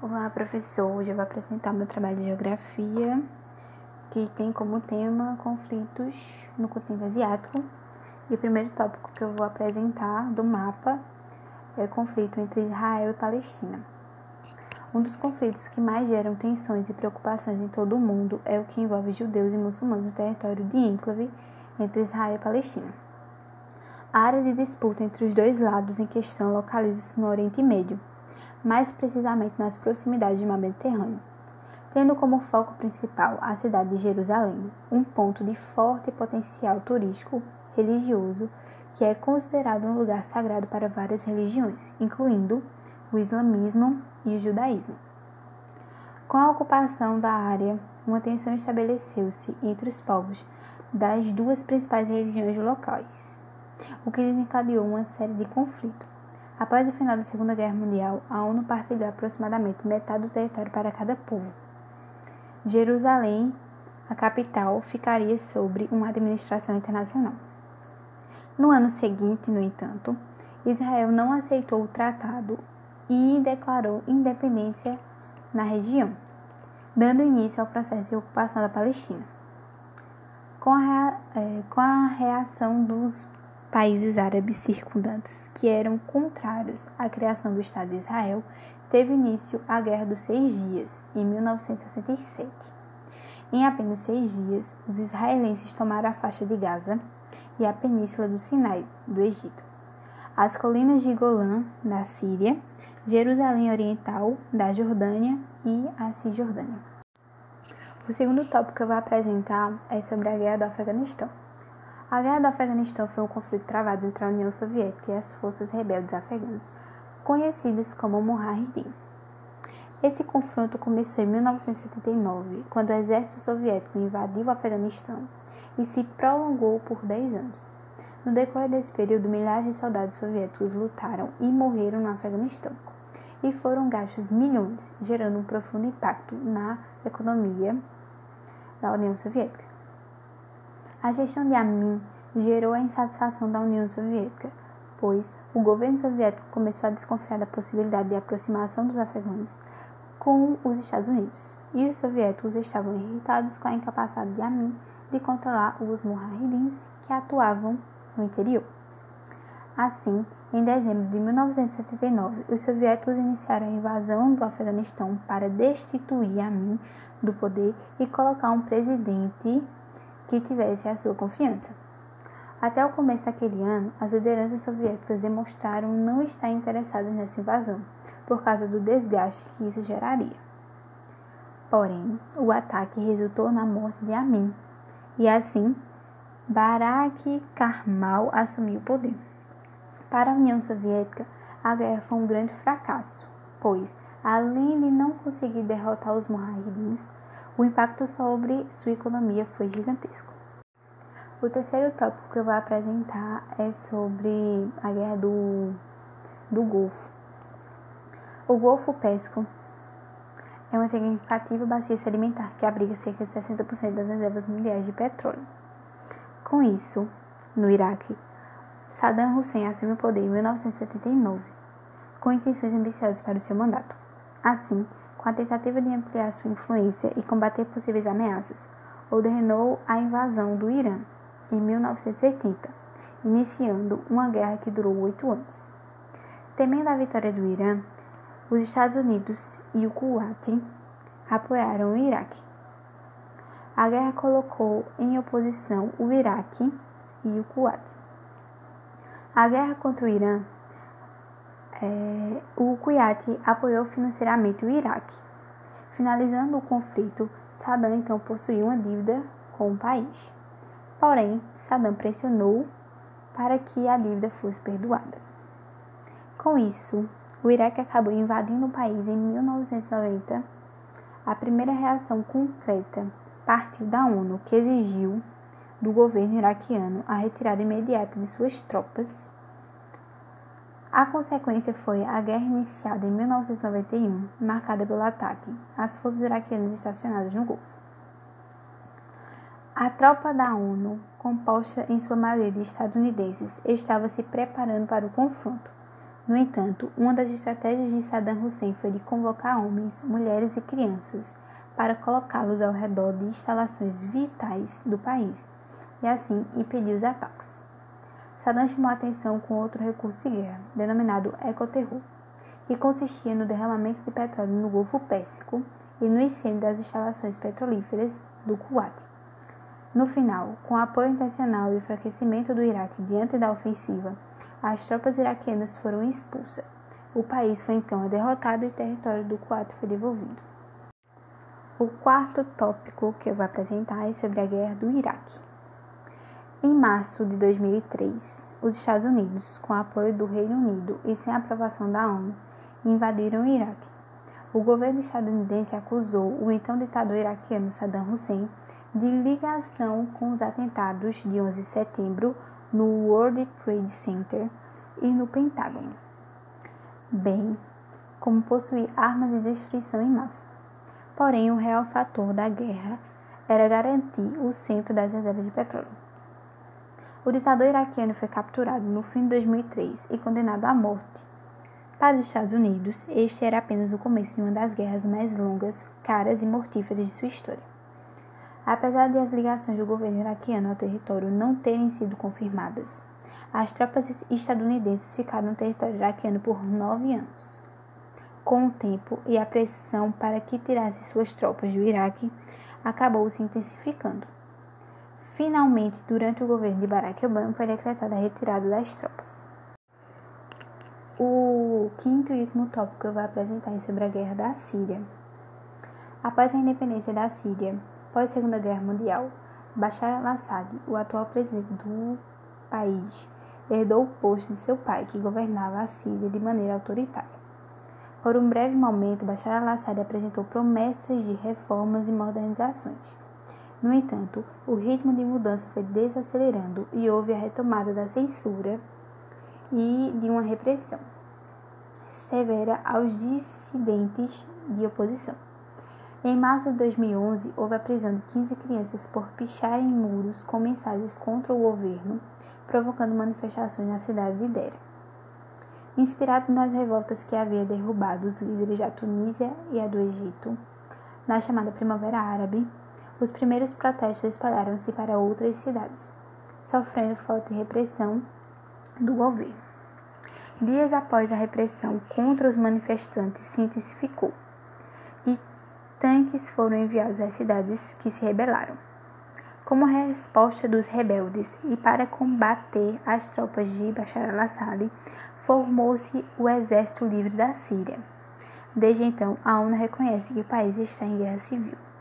Olá, professor. Hoje eu vou apresentar meu trabalho de geografia, que tem como tema conflitos no continente asiático. E o primeiro tópico que eu vou apresentar do mapa é o conflito entre Israel e Palestina. Um dos conflitos que mais geram tensões e preocupações em todo o mundo é o que envolve judeus e muçulmanos no território de enclave entre Israel e Palestina. A área de disputa entre os dois lados em questão localiza-se no Oriente Médio, mais precisamente nas proximidades do Mar Mediterrâneo, tendo como foco principal a cidade de Jerusalém, um ponto de forte potencial turístico religioso que é considerado um lugar sagrado para várias religiões, incluindo o islamismo e o judaísmo. Com a ocupação da área, uma tensão estabeleceu-se entre os povos das duas principais religiões locais, o que desencadeou uma série de conflitos. Após o final da Segunda Guerra Mundial, a ONU partilhou aproximadamente metade do território para cada povo. Jerusalém, a capital, ficaria sob uma administração internacional. No ano seguinte, no entanto, Israel não aceitou o tratado e declarou independência na região, dando início ao processo de ocupação da Palestina. Com a reação dos países árabes circundantes, que eram contrários à criação do Estado de Israel, teve início a Guerra dos 6 Dias, em 1967. Em apenas 6 dias, os israelenses tomaram a faixa de Gaza e a península do Sinai, do Egito, as colinas de Golã, da Síria, Jerusalém Oriental, da Jordânia e a Cisjordânia. O segundo tópico que eu vou apresentar é sobre a Guerra do Afeganistão. A Guerra do Afeganistão foi um conflito travado entre a União Soviética e as forças rebeldes afegãs, conhecidas como Mujahideen. Esse confronto começou em 1979, quando o exército soviético invadiu o Afeganistão e se prolongou por 10 anos. No decorrer desse período, milhares de soldados soviéticos lutaram e morreram no Afeganistão, e foram gastos milhões, gerando um profundo impacto na economia da União Soviética. A gestão de Amin gerou a insatisfação da União Soviética, pois o governo soviético começou a desconfiar da possibilidade de aproximação dos afegãos com os Estados Unidos, e os soviéticos estavam irritados com a incapacidade de Amin de controlar os Mujahideens que atuavam no interior. Assim, em dezembro de 1979, os soviéticos iniciaram a invasão do Afeganistão para destituir Amin do poder e colocar um presidente que tivesse a sua confiança. Até o começo daquele ano, as lideranças soviéticas demonstraram não estar interessadas nessa invasão, por causa do desgaste que isso geraria. Porém, o ataque resultou na morte de Amin, e assim, Barack Karmal assumiu o poder. Para a União Soviética, a guerra foi um grande fracasso, pois, além de não conseguir derrotar os Mujahideens, o impacto sobre sua economia foi gigantesco. O terceiro tópico que eu vou apresentar é sobre a guerra do Golfo. O Golfo Pérsico é uma significativa bacia sedimentar que abriga cerca de 60% das reservas mundiais de petróleo. Com isso, no Iraque, Saddam Hussein assume o poder em 1979, com intenções ambiciosas para o seu mandato. Assim, com a tentativa de ampliar sua influência e combater possíveis ameaças, ordenou a invasão do Irã em 1980, iniciando uma guerra que durou 8 anos. Temendo a vitória do Irã, os Estados Unidos e o Kuwait apoiaram o Iraque. A guerra colocou em oposição o Iraque e o Kuwait. A guerra contra o Irã, o Kuwait apoiou financeiramente o Iraque. Finalizando o conflito, Saddam então possuía uma dívida com o país. Porém, Saddam pressionou para que a dívida fosse perdoada. Com isso, o Iraque acabou invadindo o país em 1990. A primeira reação concreta partiu da ONU, que exigiu do governo iraquiano a retirada imediata de suas tropas. A consequência foi a guerra iniciada em 1991, marcada pelo ataque às forças iraquianas estacionadas no Golfo. A tropa da ONU, composta em sua maioria de estadunidenses, estava se preparando para o confronto, No entanto, uma das estratégias de Saddam Hussein foi de convocar homens, mulheres e crianças para colocá-los ao redor de instalações vitais do país e assim impedir os ataques. Saddam chamou a atenção com outro recurso de guerra, denominado ecoterror, que consistia no derramamento de petróleo no Golfo Pérsico e no incêndio das instalações petrolíferas do Kuwait. No final, com apoio intencional e enfraquecimento do Iraque diante da ofensiva, as tropas iraquianas foram expulsas. O país foi então derrotado e o território do Kuwait foi devolvido. O quarto tópico que eu vou apresentar é sobre a guerra do Iraque. Em março de 2003, os Estados Unidos, com apoio do Reino Unido e sem aprovação da ONU, invadiram o Iraque. O governo estadunidense acusou o então ditador iraquiano Saddam Hussein de ligação com os atentados de 11 de setembro no World Trade Center e no Pentágono, bem como possuir armas de destruição em massa. Porém, o real fator da guerra era garantir o centro das reservas de petróleo. O ditador iraquiano foi capturado no fim de 2003 e condenado à morte. Para os Estados Unidos, este era apenas o começo de uma das guerras mais longas, caras e mortíferas de sua história. Apesar de as ligações do governo iraquiano ao território não terem sido confirmadas, as tropas estadunidenses ficaram no território iraquiano por 9 anos. Com o tempo e a pressão para que tirasse suas tropas do Iraque acabou se intensificando. Finalmente, durante o governo de Barack Obama, foi decretada a retirada das tropas. O quinto e último tópico que eu vou apresentar é sobre a Guerra da Síria. Após a independência da Síria, pós-Segunda Guerra Mundial, Bashar al-Assad, o atual presidente do país, herdou o posto de seu pai, que governava a Síria de maneira autoritária. Por um breve momento, Bashar al-Assad apresentou promessas de reformas e modernizações. No entanto, o ritmo de mudança foi desacelerando e houve a retomada da censura e de uma repressão severa aos dissidentes de oposição. Em março de 2011, houve a prisão de 15 crianças por picharem em muros com mensagens contra o governo, provocando manifestações na cidade de Dera. Inspirado nas revoltas que havia derrubado os líderes da Tunísia e a do Egito, na chamada Primavera Árabe, os primeiros protestos espalharam-se para outras cidades, sofrendo forte repressão do governo. Dias após a repressão contra os manifestantes se intensificou e tanques foram enviados às cidades que se rebelaram. Como resposta dos rebeldes e para combater as tropas de Bashar al-Assad, formou-se o Exército Livre da Síria. Desde então, a ONU reconhece que o país está em guerra civil.